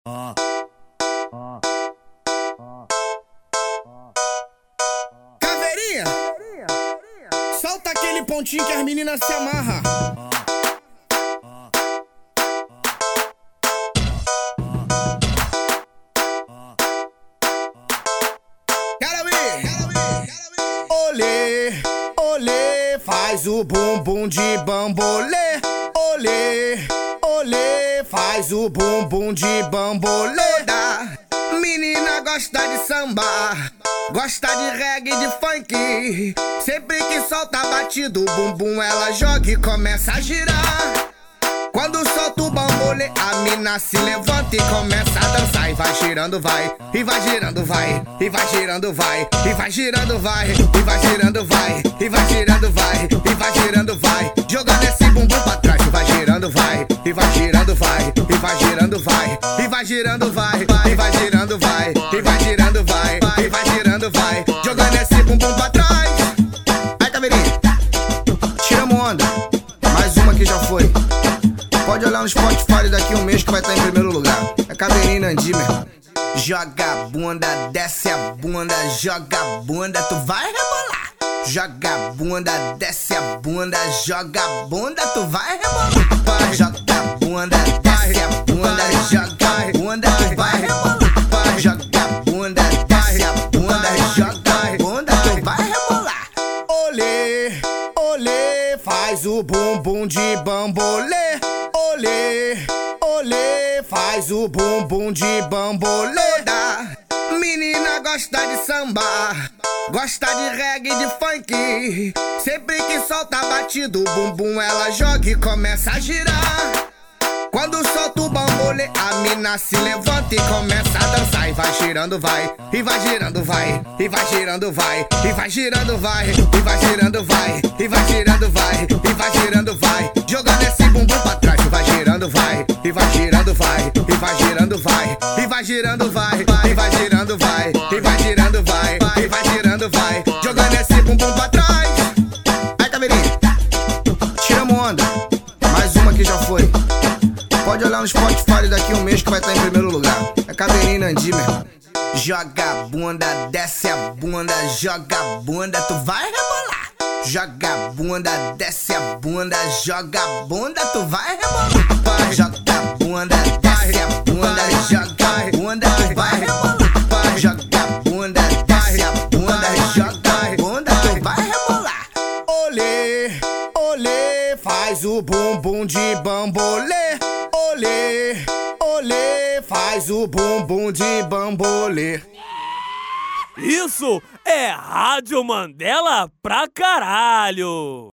Caveirinha, solta aquele pontinho que as meninas se amarram. Quero ver. Olê, olê, faz o bumbum de bambolê. Olê, olê, faz o bumbum de bambolê. Toda menina gosta de samba, gosta de reggae, de funk. Sempre que solta batido o bumbum, ela joga e começa a girar. Quando solta o bambolê, a mina se levanta e começa a dançar. E vai girando, vai, e vai girando, vai, e vai girando, vai, e vai girando, vai, e vai girando, vai, e vai girando, vai, e vai girando, vai. Jogando esse bumbum pra trás, e vai girando, vai, e vai girando, vai, e vai girando, vai, e vai girando, vai, e vai girando, vai, e vai girando, vai, e vai girando, vai. Jogando esse bumbum pra trás. Aí, Caveirinha, tiramos onda, mais uma que já foi. Pode olhar no Spotify daqui um mês que vai estar em primeiro lugar. É Caveirinha e Nandi, meu irmão. Joga a bunda, desce a bunda, joga a bunda, tu vai rebolar. Joga a bunda, desce a bunda, joga a bunda, tu vai rebolar. Vai, joga a bunda, desce a bunda, joga a bunda, tu vai rebolar. Joga a bunda, desce a bunda, joga a bunda, tu vai rebolar. Olê, olê, faz o bumbum de bambolê. Olê, olê, faz o bumbum de bambolê. Toda menina gosta de samba, gosta de reggae, de funk. Sempre que solta batido o bumbum, ela joga e começa a girar. Quando solta o bambolê, a mina se levanta e começa a dançar. E vai girando, vai, e vai girando, vai, e vai girando, vai, e vai girando, vai, e vai girando, vai, e vai girando, vai, e vai girando, vai. Jogando esse bumbum pra trás, e vai girando, vai, e vai girando, vai, e vai girando, vai, e vai girando, vai, e vai girando, vai, e vai girando, vai, e vai girando, vai. Jogando esse bumbum pra trás. Aí, Caveirinha, tiramos onda, mais uma que já foi. Pode olhar no Spotify daqui um mês que vai estar em primeiro lugar. É Caveirinha e Nandi, meu irmão. Joga a bunda, desce a bunda, joga a bunda, tu vai rebolar. Joga a bunda, desce a bunda, joga a bunda, tu vai rebolar. Vai, joga a bunda, desce a bunda, joga a bunda, tu vai rebolar. Joga a bunda, desce a bunda, joga a bunda, tu vai rebolar. Olê, olê, faz o bumbum de bambolê. Olê, olê, faz o bumbum de bambolê. Isso é Rádio Mandela pra caralho!